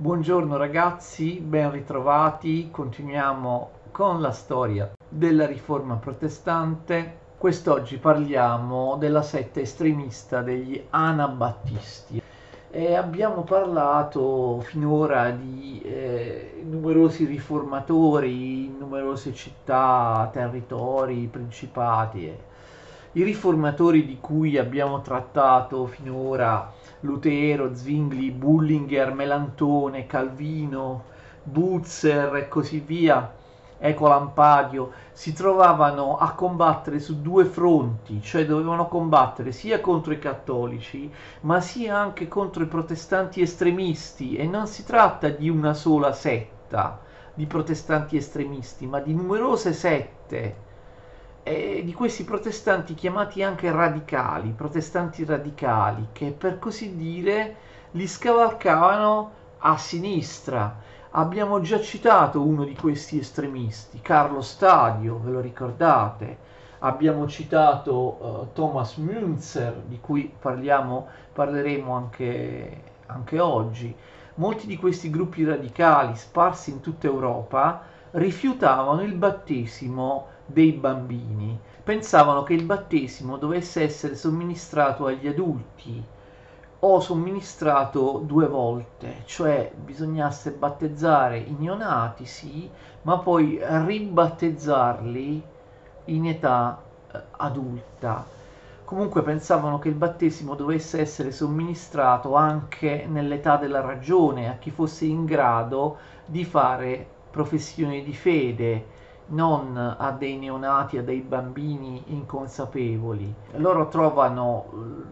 Buongiorno ragazzi, ben ritrovati. Continuiamo con la storia della Riforma protestante. Quest'oggi parliamo della setta estremista degli Anabattisti e abbiamo parlato finora di numerosi riformatori in numerose città, territori, principati. I riformatori di cui abbiamo trattato finora: Lutero, Zwingli, Bullinger, Melantone, Calvino, Butzer e così via, Ecolampadio, si trovavano a combattere su due fronti, cioè dovevano combattere sia contro i cattolici, ma sia anche contro i protestanti estremisti, e non si tratta di una sola setta di protestanti estremisti, ma di numerose sette di questi protestanti chiamati anche radicali, protestanti radicali, che per così dire li scavalcavano a sinistra. Abbiamo già citato uno di questi estremisti, Carlo Stadio, ve lo ricordate? Abbiamo citato Thomas Müntzer, di cui parleremo anche oggi. Molti di questi gruppi radicali, sparsi in tutta Europa, rifiutavano il battesimo dei bambini. Pensavano che il battesimo dovesse essere somministrato agli adulti o somministrato due volte, cioè bisognasse battezzare i neonati, sì, ma poi ribattezzarli in età adulta. Comunque pensavano che il battesimo dovesse essere somministrato anche nell'età della ragione, a chi fosse in grado di fare professione di fede, non a dei neonati, a dei bambini inconsapevoli. Loro trovano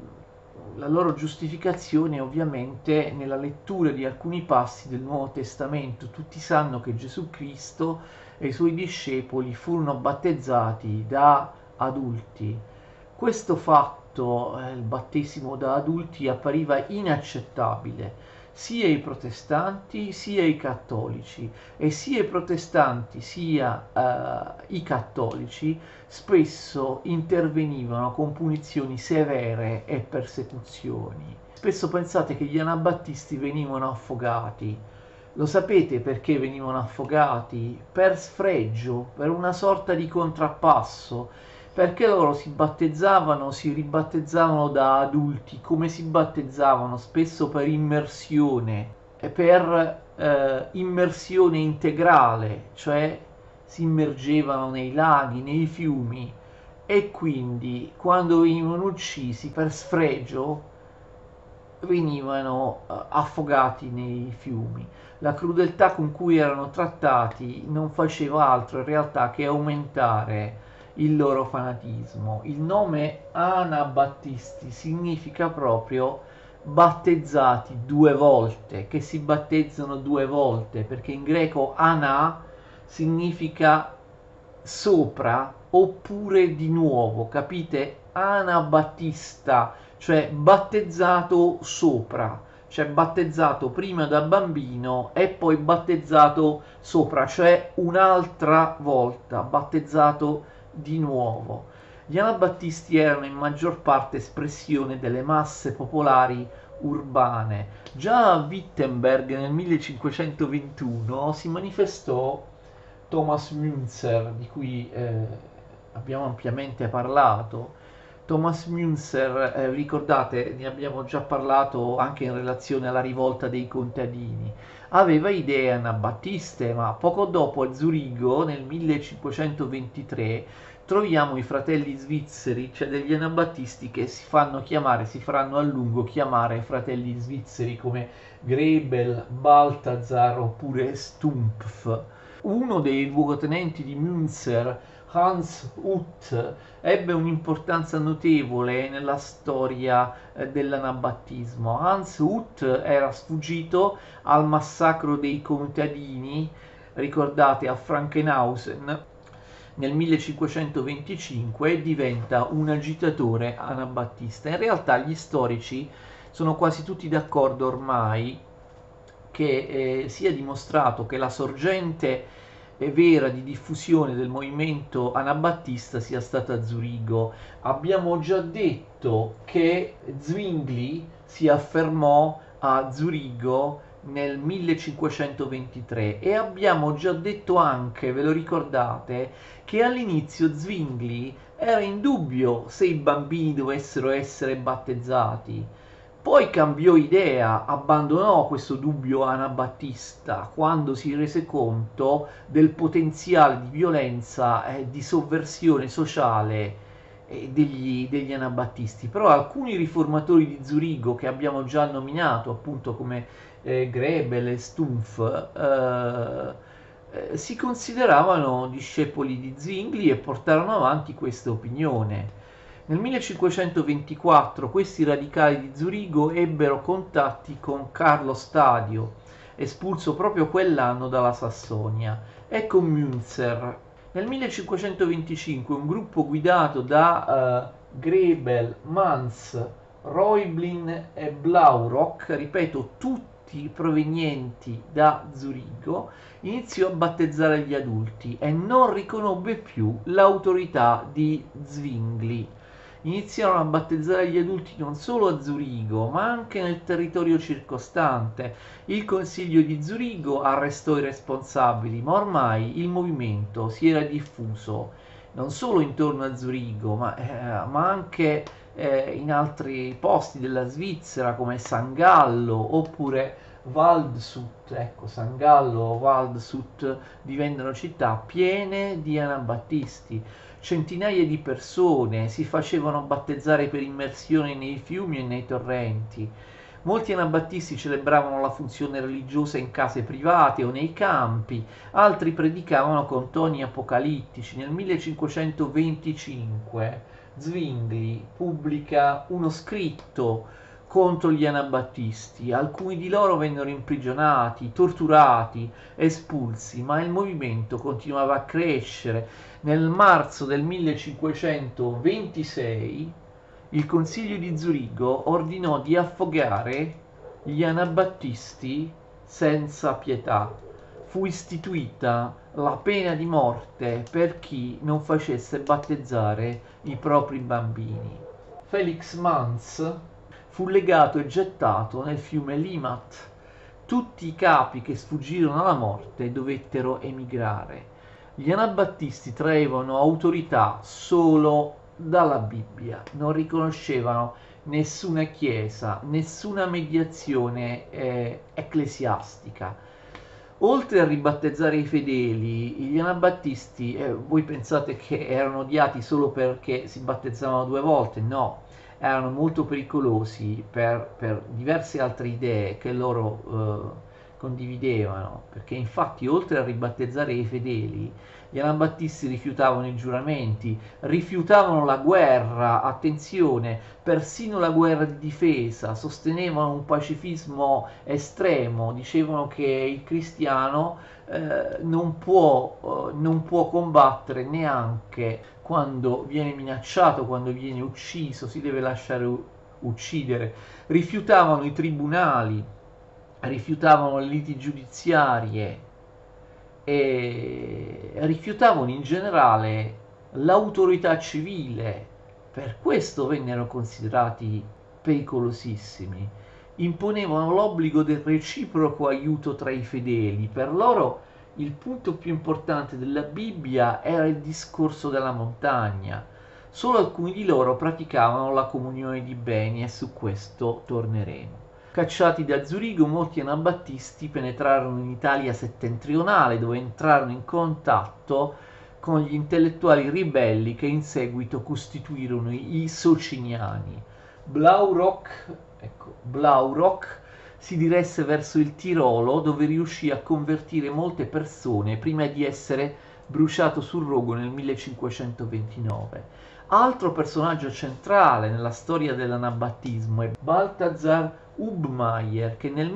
la loro giustificazione ovviamente nella lettura di alcuni passi del Nuovo Testamento. Tutti sanno che Gesù Cristo e i suoi discepoli furono battezzati da adulti. Questo fatto, il battesimo da adulti, appariva inaccettabile sia ai protestanti sia ai cattolici, e sia i protestanti sia i cattolici spesso intervenivano con punizioni severe e persecuzioni. Spesso pensate che gli anabattisti venivano affogati. Lo sapete perché venivano affogati? Per sfregio, per una sorta di contrappasso, perché loro si battezzavano, si ribattezzavano da adulti, come si battezzavano spesso per immersione, e per immersione integrale, cioè si immergevano nei laghi, nei fiumi, e quindi quando venivano uccisi per sfregio venivano affogati nei fiumi. La crudeltà con cui erano trattati non faceva altro in realtà che aumentare il loro fanatismo. Il nome Anabattisti significa proprio battezzati due volte, che si battezzano due volte, perché in greco ana significa sopra oppure di nuovo, capite? Anabattista, cioè battezzato sopra, cioè battezzato prima da bambino e poi battezzato sopra, cioè un'altra volta, battezzato di nuovo. Gli anabattisti erano in maggior parte espressione delle masse popolari urbane. Già a Wittenberg nel 1521 si manifestò Thomas Müntzer, di cui abbiamo ampiamente parlato. Thomas Müntzer, ricordate, ne abbiamo già parlato anche in relazione alla rivolta dei contadini. Aveva idee anabattiste, ma poco dopo a Zurigo, nel 1523, troviamo i fratelli svizzeri, cioè degli anabattisti che si faranno a lungo chiamare fratelli svizzeri, come Grebel, Balthasar oppure Stumpf. Uno dei luogotenenti di Münzer, Hans Huth, ebbe un'importanza notevole nella storia dell'anabattismo. Hans Huth era sfuggito al massacro dei contadini, ricordate, a Frankenhausen, nel 1525, e diventa un agitatore anabattista. In realtà gli storici sono quasi tutti d'accordo ormai che sia dimostrato che la sorgente vera di diffusione del movimento anabattista sia stata a Zurigo. Abbiamo già detto che Zwingli si affermò a Zurigo nel 1523 e abbiamo già detto anche, ve lo ricordate, che all'inizio Zwingli era in dubbio se i bambini dovessero essere battezzati. Poi cambiò idea, abbandonò questo dubbio anabattista quando si rese conto del potenziale di violenza e di sovversione sociale degli anabattisti. Però alcuni riformatori di Zurigo che abbiamo già nominato, appunto come Grebel e Stumpf, si consideravano discepoli di Zwingli e portarono avanti questa opinione. Nel 1524 questi radicali di Zurigo ebbero contatti con Carlo Stadio, espulso proprio quell'anno dalla Sassonia, e con Münzer. Nel 1525 un gruppo guidato da Grebel, Manz, Reublin e Blaurock, ripeto tutti provenienti da Zurigo, iniziò a battezzare gli adulti e non riconobbe più l'autorità di Zwingli. Iniziarono a battezzare gli adulti non solo a Zurigo, ma anche nel territorio circostante. Il Consiglio di Zurigo arrestò i responsabili, ma ormai il movimento si era diffuso non solo intorno a Zurigo, ma anche in altri posti della Svizzera come San Gallo oppure Waldshut. Ecco, San Gallo o Waldshut divennero città piene di anabattisti. Centinaia di persone si facevano battezzare per immersione nei fiumi e nei torrenti. Molti anabattisti celebravano la funzione religiosa in case private o nei campi, altri predicavano con toni apocalittici. Nel 1525 Zwingli pubblica uno scritto contro gli anabattisti. Alcuni di loro vennero imprigionati, torturati, espulsi, ma il movimento continuava a crescere. Nel marzo del 1526 il Consiglio di Zurigo ordinò di affogare gli anabattisti senza pietà. Fu istituita la pena di morte per chi non facesse battezzare i propri bambini. Felix Manz fu legato e gettato nel fiume Limat. Tutti i capi che sfuggirono alla morte dovettero emigrare. Gli anabattisti traevano autorità solo dalla Bibbia, non riconoscevano nessuna chiesa, nessuna mediazione ecclesiastica. Oltre a ribattezzare i fedeli, gli anabattisti, voi pensate che erano odiati solo perché si battezzavano 2 volte? No, erano molto pericolosi per diverse altre idee che loro condividevano, perché infatti oltre a ribattezzare i fedeli, gli anabattisti rifiutavano i giuramenti, rifiutavano la guerra, attenzione, persino la guerra di difesa, sostenevano un pacifismo estremo, dicevano che il cristiano non può combattere neanche quando viene minacciato, quando viene ucciso, si deve lasciare uccidere. Rifiutavano i tribunali, rifiutavano le liti giudiziarie e rifiutavano in generale l'autorità civile. Per questo vennero considerati pericolosissimi. Imponevano l'obbligo del reciproco aiuto tra i fedeli. Per loro il punto più importante della Bibbia era il discorso della montagna. Solo alcuni di loro praticavano la comunione di beni e su questo torneremo. Cacciati da Zurigo, molti anabattisti penetrarono in Italia settentrionale, dove entrarono in contatto con gli intellettuali ribelli che in seguito costituirono i Sociniani. Blaurock si diresse verso il Tirolo, dove riuscì a convertire molte persone prima di essere bruciato sul rogo nel 1529. Altro personaggio centrale nella storia dell'anabattismo è Balthasar Hubmaier, che nel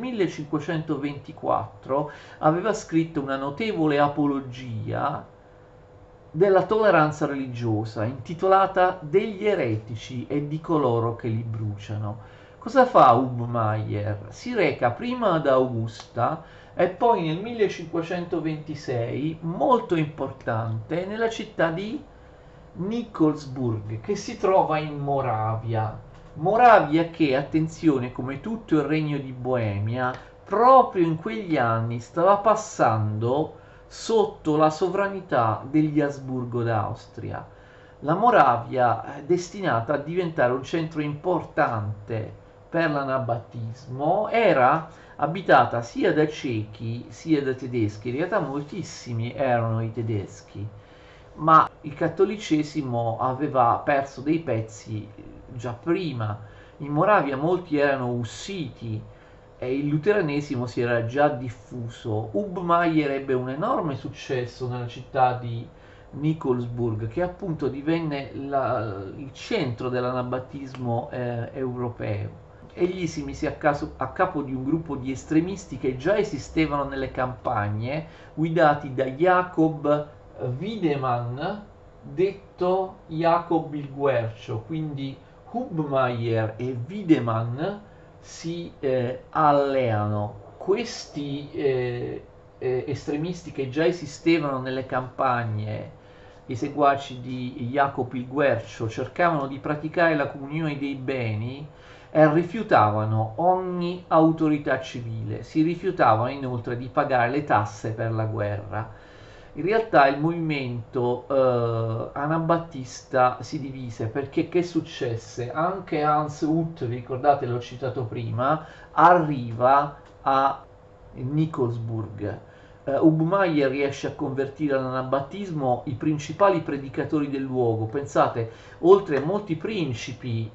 1524 aveva scritto una notevole apologia della tolleranza religiosa, intitolata Degli eretici e di coloro che li bruciano. Cosa fa Hubmaier? Si reca prima ad Augusta e poi nel 1526, molto importante, nella città di Nikolsburg, che si trova in Moravia. Moravia che, attenzione, come tutto il regno di Boemia, proprio in quegli anni stava passando sotto la sovranità degli Asburgo d'Austria. La Moravia è destinata a diventare un centro importante per l'anabattismo, era abitata sia da cechi sia da tedeschi, in realtà moltissimi erano i tedeschi, ma il cattolicesimo aveva perso dei pezzi già prima. In Moravia molti erano ussiti e il luteranesimo si era già diffuso. Hubmaier ebbe un enorme successo nella città di Nikolsburg, che appunto divenne il centro dell'anabattismo europeo. Egli si mise a capo di un gruppo di estremisti che già esistevano nelle campagne, guidati da Jacob Wiedemann, detto Jacob il Guercio. Quindi Hubmaier e Wiedemann si alleano. Questi estremisti che già esistevano nelle campagne, i seguaci di Jacob il Guercio, cercavano di praticare la comunione dei beni e rifiutavano ogni autorità civile, si rifiutavano inoltre di pagare le tasse per la guerra. In realtà il movimento anabattista si divise perché che successe? Anche Hans Hut, ricordate, l'ho citato prima, arriva a Nikolsburg. Hubmaier riesce a convertire all'anabattismo i principali predicatori del luogo. Pensate, oltre a molti principi,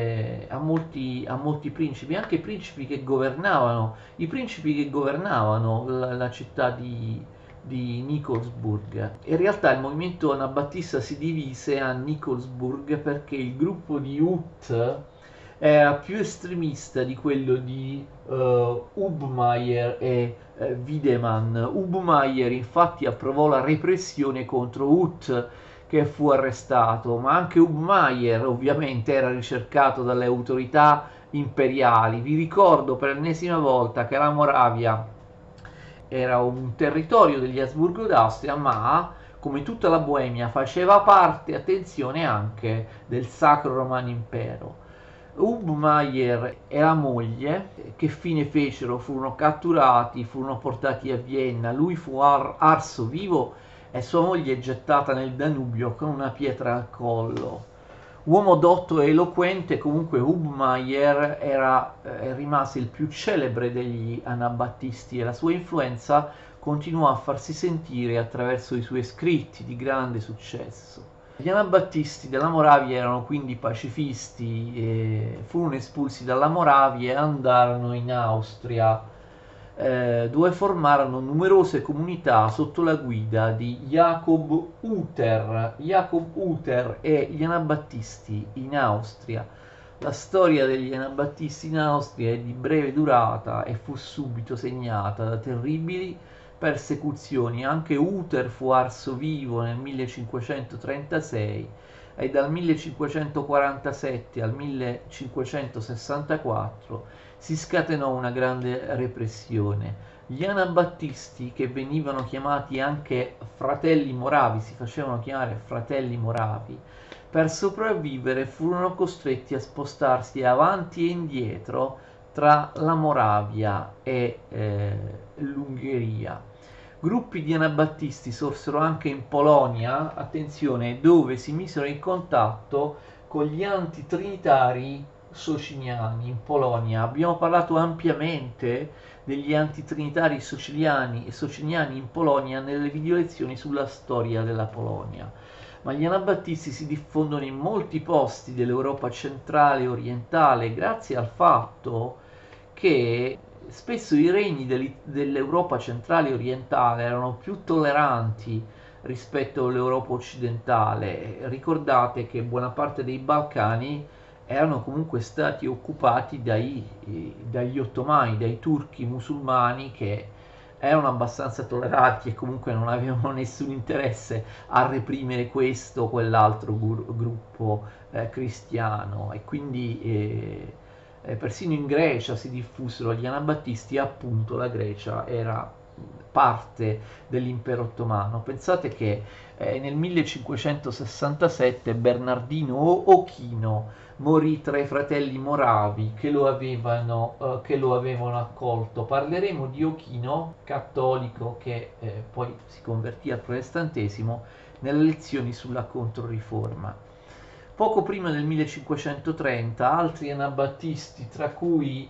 a molti principi, anche principi che governavano, i principi che governavano la città di Nikolsburg. In realtà il movimento anabattista si divise a Nikolsburg perché il gruppo di Hut era più estremista di quello di Hubmaier e Wiedemann. Hubmaier infatti approvò la repressione contro Hut, che fu arrestato, ma anche Hubmaier ovviamente era ricercato dalle autorità imperiali. Vi ricordo per l'ennesima volta che la Moravia era un territorio degli Asburgo d'Austria, ma come tutta la Boemia faceva parte, attenzione, anche del Sacro Romano Impero. Hubmaier e la moglie, che fine fecero? Furono catturati, furono portati a Vienna, lui fu arso vivo e sua moglie gettata nel Danubio con una pietra al collo. Uomo dotto e eloquente, comunque Hubmaier rimase il più celebre degli anabattisti e la sua influenza continuò a farsi sentire attraverso i suoi scritti di grande successo. Gli anabattisti della Moravia erano quindi pacifisti, e furono espulsi dalla Moravia e andarono in Austria, dove formarono numerose comunità sotto la guida di Jacob Uter. Jacob Uter e gli anabattisti in Austria. La storia degli anabattisti in Austria è di breve durata e fu subito segnata da terribili persecuzioni. Anche Uter fu arso vivo nel 1536 e dal 1547 al 1564 si scatenò una grande repressione. Gli anabattisti, che venivano chiamati anche fratelli moravi, si facevano chiamare fratelli moravi, per sopravvivere furono costretti a spostarsi avanti e indietro tra la Moravia e l'Ungheria. Gruppi di anabattisti sorsero anche in Polonia, attenzione, dove si misero in contatto con gli antitrinitari sociniani in Polonia. Abbiamo parlato ampiamente degli antitrinitari sociniani in Polonia nelle video lezioni sulla storia della Polonia. Ma gli anabattisti si diffondono in molti posti dell'Europa centrale e orientale grazie al fatto che spesso i regni dell'Europa centrale e orientale erano più tolleranti rispetto all'Europa occidentale. Ricordate che buona parte dei Balcani erano comunque stati occupati dagli ottomani, dai turchi musulmani, che erano abbastanza tolleranti e comunque non avevano nessun interesse a reprimere questo o quell'altro gruppo cristiano, e quindi persino in Grecia si diffusero gli anabattisti, e appunto la Grecia era parte dell'impero ottomano. Pensate che nel 1567 Bernardino Ochino morì tra i fratelli Moravi che lo avevano accolto. Parleremo di Ochino, cattolico che poi si convertì al protestantesimo, nelle lezioni sulla Controriforma. Poco prima del 1530 altri anabattisti, tra cui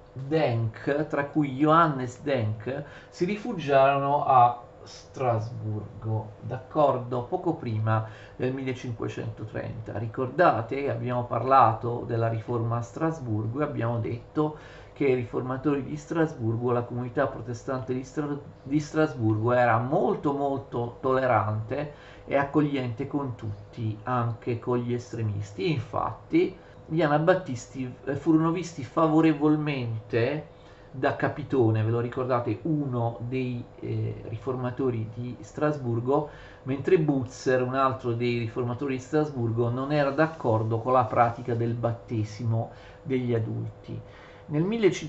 Johannes Denk, si rifugiarono a Strasburgo, d'accordo? Poco prima del 1530. Ricordate, abbiamo parlato della riforma a Strasburgo e abbiamo detto che i riformatori di Strasburgo, la comunità protestante di Strasburgo era molto tollerante e accogliente con tutti, anche con gli estremisti. E infatti gli anabattisti furono visti favorevolmente da Capitone, ve lo ricordate, uno dei riformatori di Strasburgo, mentre Butzer, un altro dei riformatori di Strasburgo, non era d'accordo con la pratica del battesimo degli adulti. Nel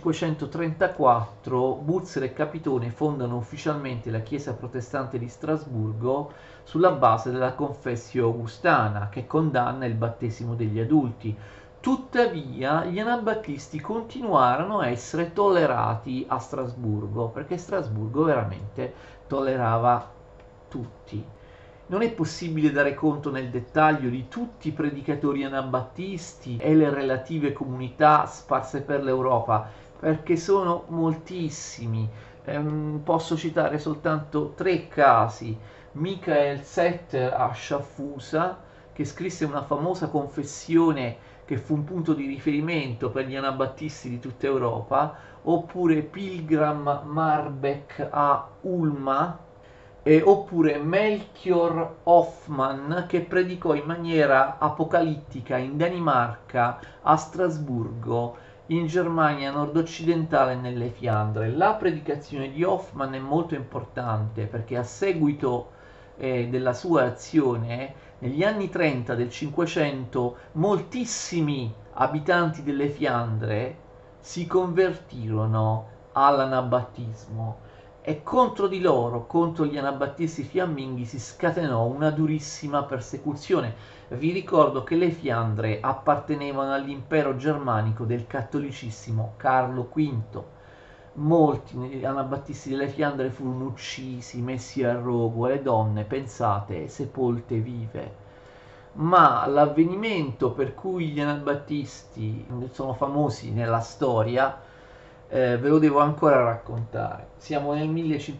1534 Butzer e Capitone fondano ufficialmente la Chiesa protestante di Strasburgo sulla base della Confessio Augustana, che condanna il battesimo degli adulti. Tuttavia gli anabattisti continuarono a essere tollerati a Strasburgo, perché Strasburgo veramente tollerava tutti. Non è possibile dare conto nel dettaglio di tutti i predicatori anabattisti e le relative comunità sparse per l'Europa, perché sono moltissimi. Posso citare soltanto 3 casi. Michael Setter a Sciaffusa, che scrisse una famosa confessione che fu un punto di riferimento per gli anabattisti di tutta Europa, oppure Pilgram Marbeck a Ulma, oppure Melchior Hoffmann, che predicò in maniera apocalittica in Danimarca, a Strasburgo, in Germania nord-occidentale e nelle Fiandre. La predicazione di Hoffmann è molto importante perché a seguito della sua azione negli anni 30 del 500 moltissimi abitanti delle Fiandre si convertirono all'anabattismo e contro di loro, contro gli anabattisti fiamminghi, si scatenò una durissima persecuzione. Vi ricordo che le Fiandre appartenevano all'impero germanico del cattolicissimo Carlo V. Molti anabattisti delle Fiandre furono uccisi, messi a rogo, e le donne, pensate, sepolte vive. Ma l'avvenimento per cui gli anabattisti sono famosi nella storia ve lo devo ancora raccontare. Siamo nel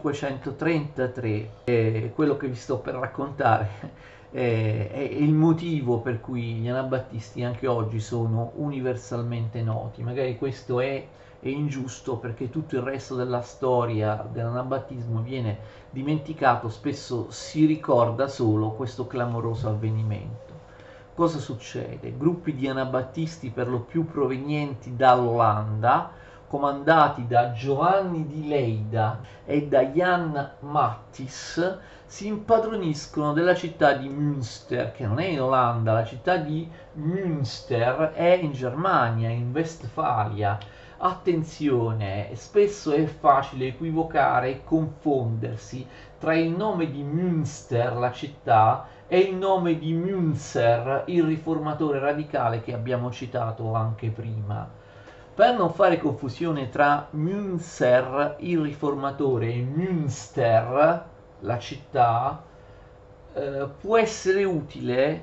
1533 e quello che vi sto per raccontare è il motivo per cui gli anabattisti anche oggi sono universalmente noti. Magari questo è ingiusto perché tutto il resto della storia dell'anabattismo viene dimenticato, spesso si ricorda solo questo clamoroso avvenimento. Cosa succede? Gruppi di anabattisti per lo più provenienti dall'Olanda, comandati da Giovanni di Leida e da Jan Matthys, si impadroniscono della città di Münster, che non è in Olanda. La città di Münster è in Germania, in Westfalia. Attenzione, spesso è facile equivocare e confondersi tra il nome di Münster, la città, e il nome di Münzer, il riformatore radicale che abbiamo citato anche prima. Per non fare confusione tra Münzer, il riformatore, e Münster, la città, può essere utile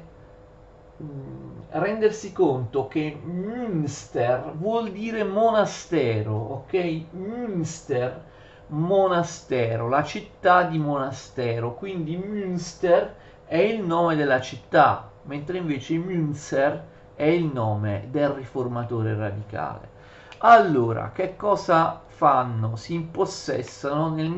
rendersi conto che Münster vuol dire monastero, ok? Münster, monastero, la città di monastero, quindi Münster è il nome della città, mentre invece Münzer è il nome del riformatore radicale. Allora, che cosa fanno? Si impossessano nel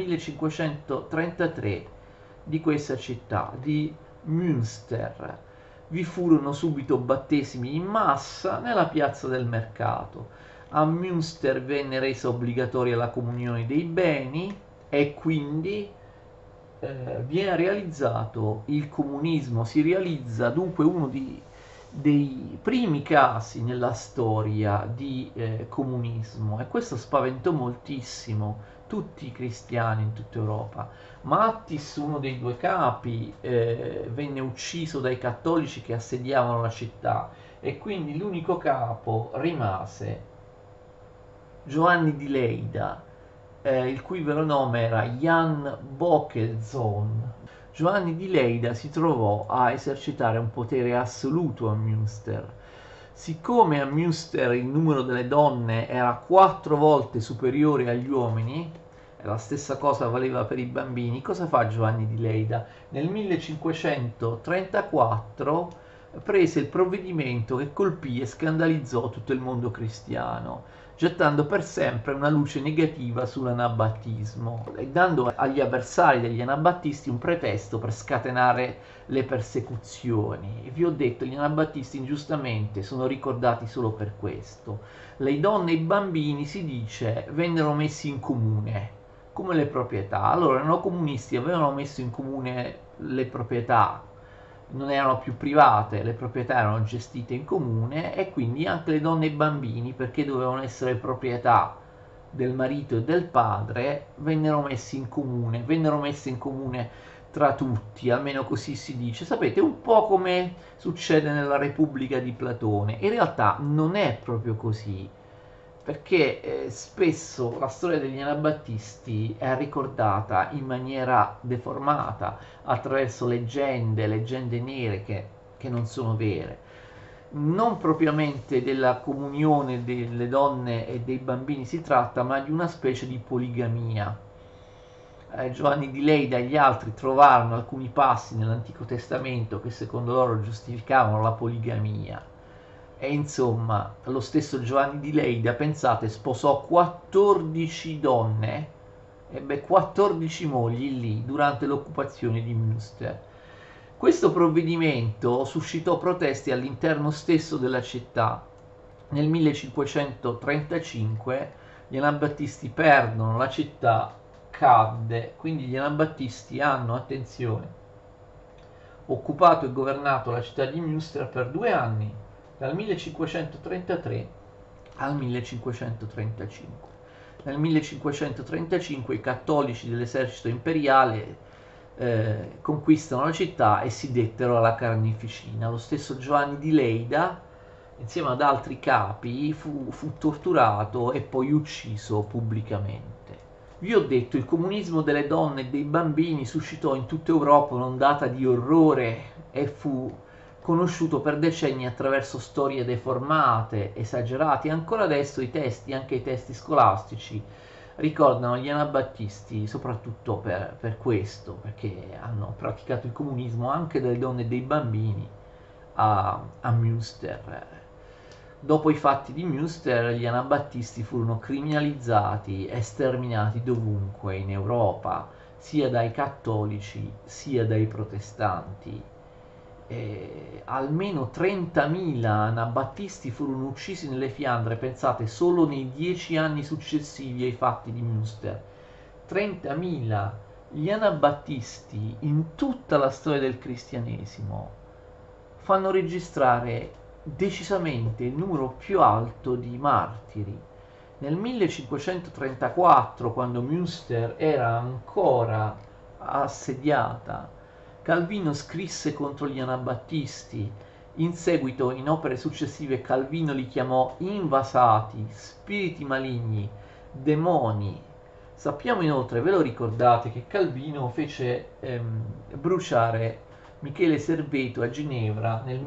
1533 di questa città, di Münster. Vi furono subito battesimi in massa nella piazza del mercato. A Münster venne resa obbligatoria la comunione dei beni e quindi viene realizzato il comunismo. Si realizza dunque uno dei primi casi nella storia di comunismo, e questo spaventò moltissimo tutti i cristiani in tutta Europa. Mattis, uno dei due capi, venne ucciso dai cattolici che assediavano la città e quindi l'unico capo rimase Giovanni di Leida, il cui vero nome era Jan Bokelzoon. Giovanni di Leida si trovò a esercitare un potere assoluto a Münster. Siccome a Münster il numero delle donne era 4 volte superiore agli uomini, e la stessa cosa valeva per i bambini, cosa fa Giovanni di Leida? Nel 1534 prese il provvedimento che colpì e scandalizzò tutto il mondo cristiano, gettando per sempre una luce negativa sull'anabattismo e dando agli avversari degli anabattisti un pretesto per scatenare le persecuzioni. E vi ho detto, gli anabattisti ingiustamente sono ricordati solo per questo. Le donne e i bambini, si dice, vennero messi in comune come le proprietà. Allora i neocomunisti avevano messo in comune le proprietà, non erano più private, le proprietà erano gestite in comune e quindi anche le donne e i bambini, perché dovevano essere proprietà del marito e del padre, vennero messi in comune, vennero messe in comune tra tutti, almeno così si dice. Sapete, un po' come succede nella Repubblica di Platone. In realtà non è proprio così, perché spesso la storia degli anabattisti è ricordata in maniera deformata attraverso leggende nere che non sono vere. Non propriamente della comunione delle donne e dei bambini si tratta, ma di una specie di poligamia. Giovanni di Leida e gli altri trovarono alcuni passi nell'Antico Testamento che secondo loro giustificavano la poligamia. E insomma, lo stesso Giovanni di Leida, pensate, sposò 14 donne, ebbe 14 mogli lì durante l'occupazione di Münster. Questo provvedimento suscitò proteste all'interno stesso della città. Nel 1535 gli anabattisti perdono la città, cadde, quindi gli anabattisti hanno, attenzione, occupato e governato la città di Münster per 2 anni, dal 1533 al 1535. Nel 1535 i cattolici dell'esercito imperiale conquistano la città e si dettero alla carneficina. Lo stesso Giovanni di Leida, insieme ad altri capi, fu torturato e poi ucciso pubblicamente. Vi ho detto, il comunismo delle donne e dei bambini suscitò in tutta Europa un'ondata di orrore e fu conosciuto per decenni attraverso storie deformate, esagerate. Ancora adesso i testi, anche i testi scolastici, ricordano gli anabattisti soprattutto per questo, perché hanno praticato il comunismo anche delle donne e dei bambini a Münster. Dopo i fatti di Münster, gli anabattisti furono criminalizzati e sterminati dovunque in Europa, sia dai cattolici sia dai protestanti. Almeno 30.000 anabattisti furono uccisi nelle Fiandre, pensate, solo nei 10 anni successivi ai fatti di Münster. 30.000. Gli anabattisti in tutta la storia del cristianesimo fanno registrare decisamente il numero più alto di martiri. Nel 1534, quando Münster era ancora assediata, Calvino scrisse contro gli anabattisti. In seguito, in opere successive, Calvino li chiamò invasati, spiriti maligni, demoni. Sappiamo inoltre, ve lo ricordate, che Calvino fece bruciare Michele Serveto a Ginevra nel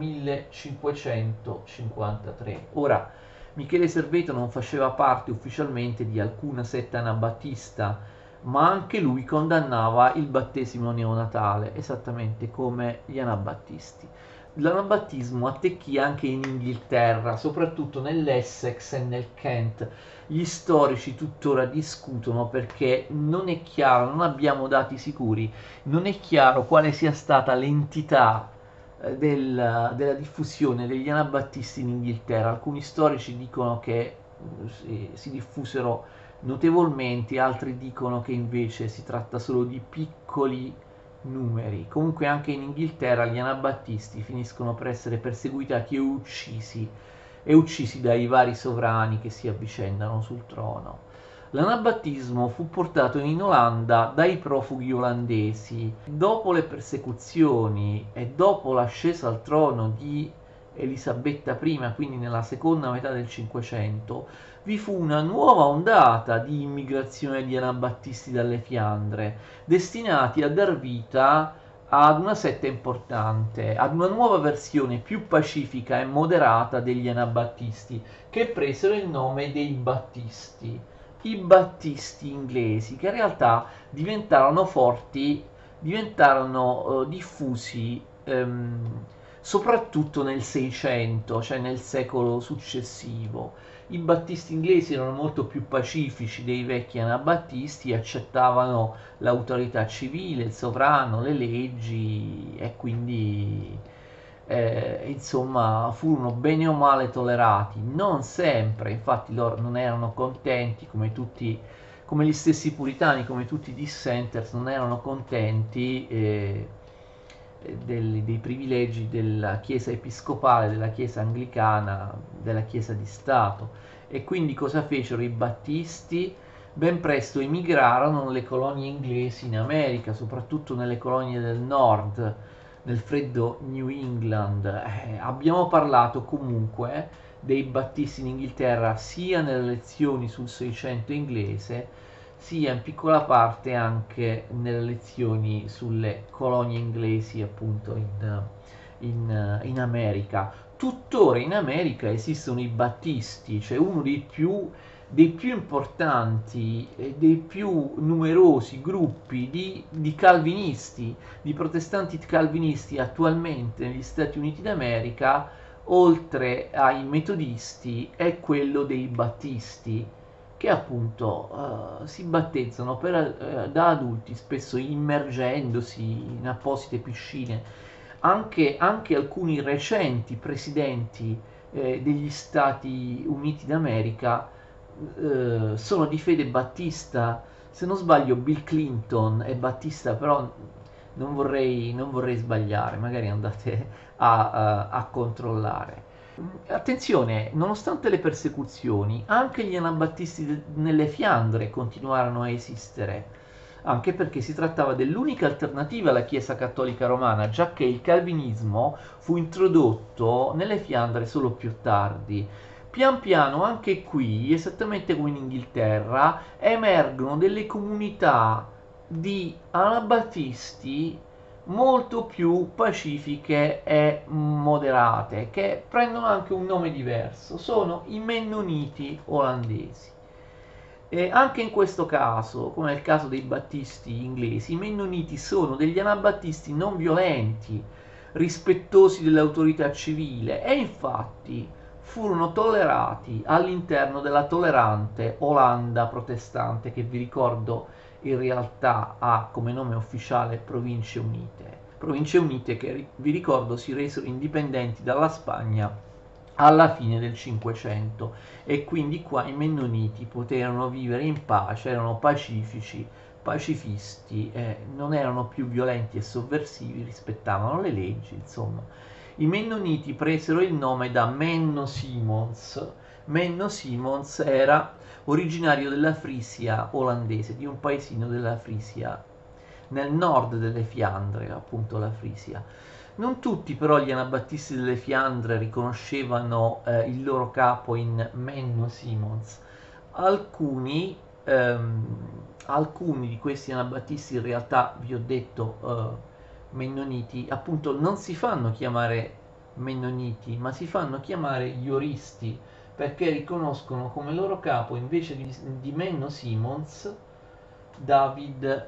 1553. Ora, Michele Serveto non faceva parte ufficialmente di alcuna setta anabattista, ma anche lui condannava il battesimo neonatale, esattamente come gli anabattisti. L'anabattismo attecchì anche in Inghilterra, soprattutto nell'Essex e nel Kent. Gli storici tuttora discutono perché non è chiaro, non abbiamo dati sicuri, non è chiaro quale sia stata l'entità della diffusione degli anabattisti in Inghilterra. Alcuni storici dicono che si diffusero notevolmente, altri dicono che invece si tratta solo di piccoli numeri. Comunque anche in Inghilterra gli anabattisti finiscono per essere perseguitati e uccisi dai vari sovrani che si avvicendano sul trono. L'anabattismo fu portato in Olanda dai profughi olandesi. Dopo le persecuzioni e dopo l'ascesa al trono di Elisabetta I, quindi nella seconda metà del Cinquecento, vi fu una nuova ondata di immigrazione di anabattisti dalle Fiandre, destinati a dar vita ad una setta importante, ad una nuova versione più pacifica e moderata degli anabattisti, che presero il nome dei Battisti. I Battisti inglesi, che in realtà diventarono forti, diventarono diffusi soprattutto nel Seicento, cioè nel secolo successivo. I battisti inglesi erano molto più pacifici dei vecchi anabattisti, accettavano l'autorità civile, il sovrano, le leggi e quindi insomma furono bene o male tollerati. Non sempre, infatti loro non erano contenti come tutti, come gli stessi puritani, come tutti i dissenters, non erano contenti dei privilegi della Chiesa episcopale, della Chiesa anglicana, della Chiesa di Stato. E quindi cosa fecero i battisti? Ben presto emigrarono nelle colonie inglesi in America, soprattutto nelle colonie del nord, nel freddo New England. Abbiamo parlato comunque dei battisti in Inghilterra sia nelle lezioni sul Seicento inglese, sia in piccola parte anche nelle lezioni sulle colonie inglesi appunto in America. Tuttora in America esistono i battisti, cioè uno dei più importanti e dei più numerosi gruppi di calvinisti, di protestanti calvinisti attualmente negli Stati Uniti d'America, oltre ai metodisti, è quello dei battisti, che appunto si battezzano da adulti, spesso immergendosi in apposite piscine. Anche alcuni recenti presidenti degli Stati Uniti d'America sono di fede battista. Se non sbaglio Bill Clinton è battista, però non vorrei sbagliare, magari andate a controllare. Attenzione, nonostante le persecuzioni, anche gli anabattisti nelle Fiandre continuarono a esistere, anche perché si trattava dell'unica alternativa alla Chiesa Cattolica Romana, giacché il calvinismo fu introdotto nelle Fiandre solo più tardi. Pian piano anche qui, esattamente come in Inghilterra, emergono delle comunità di anabattisti molto più pacifiche e moderate, che prendono anche un nome diverso, sono i mennoniti olandesi. E anche in questo caso, come nel caso dei battisti inglesi, i mennoniti sono degli anabattisti non violenti, rispettosi dell'autorità civile e infatti furono tollerati all'interno della tollerante Olanda protestante, che vi ricordo in realtà ha come nome ufficiale Province Unite. Province Unite che vi ricordo si resero indipendenti dalla Spagna alla fine del Cinquecento, e quindi qua i mennoniti poterono vivere in pace, erano pacifici, pacifisti, non erano più violenti e sovversivi, rispettavano le leggi, insomma. I mennoniti presero il nome da Menno Simons. Menno Simons era originario della Frisia olandese, di un paesino della Frisia, nel nord delle Fiandre, appunto la Frisia. Non tutti però gli anabattisti delle Fiandre riconoscevano il loro capo in Menno Simons. Alcuni, alcuni di questi anabattisti, in realtà vi ho detto mennoniti, appunto non si fanno chiamare mennoniti, ma si fanno chiamare ioristi, perché riconoscono come loro capo, invece di Menno Simons, David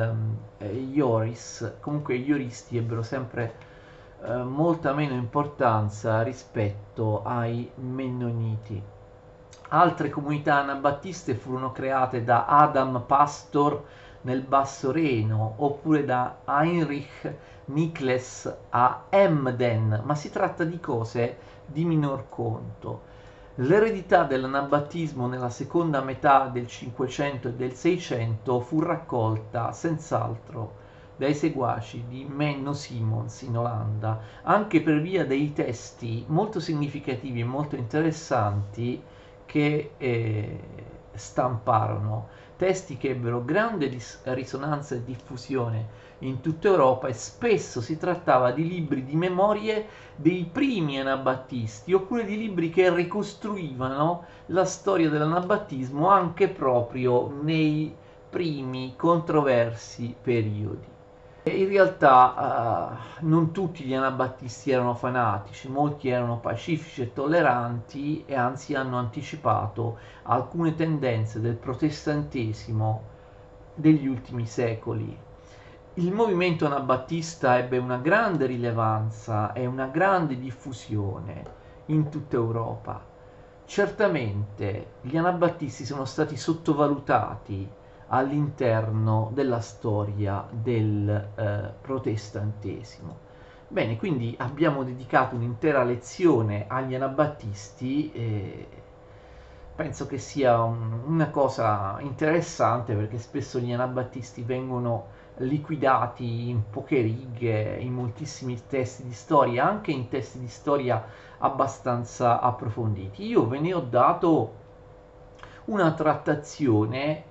Joris. Comunque gli ioristi ebbero sempre molta meno importanza rispetto ai mennoniti. Altre comunità anabattiste furono create da Adam Pastor nel Basso Reno, oppure da Heinrich Nikles a Emden, ma si tratta di cose di minor conto. L'eredità dell'anabattismo nella seconda metà del Cinquecento e del Seicento fu raccolta senz'altro dai seguaci di Menno Simons in Olanda, anche per via dei testi molto significativi e molto interessanti che stamparono, testi che ebbero grande risonanza e diffusione in tutta Europa, e spesso si trattava di libri di memorie dei primi anabattisti oppure di libri che ricostruivano la storia dell'anabattismo anche proprio nei primi controversi periodi. In realtà non tutti gli anabattisti erano fanatici, molti erano pacifici e tolleranti, e anzi hanno anticipato alcune tendenze del protestantesimo degli ultimi secoli. Il movimento anabattista ebbe una grande rilevanza e una grande diffusione in tutta Europa. Certamente gli anabattisti sono stati sottovalutati all'interno della storia del protestantesimo. Bene, quindi abbiamo dedicato un'intera lezione agli anabattisti e penso che sia una cosa interessante, perché spesso gli anabattisti vengono liquidati in poche righe in moltissimi testi di storia, anche in testi di storia abbastanza approfonditi. Io ve ne ho dato una trattazione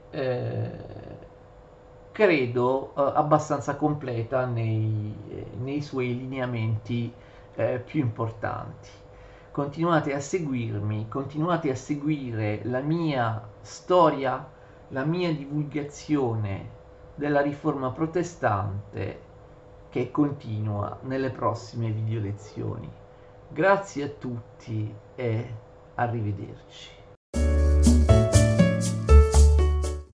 credo abbastanza completa nei suoi lineamenti più importanti. Continuate a seguirmi, continuate a seguire la mia storia, la mia divulgazione della riforma protestante, che continua nelle prossime video lezioni. Grazie a tutti e arrivederci.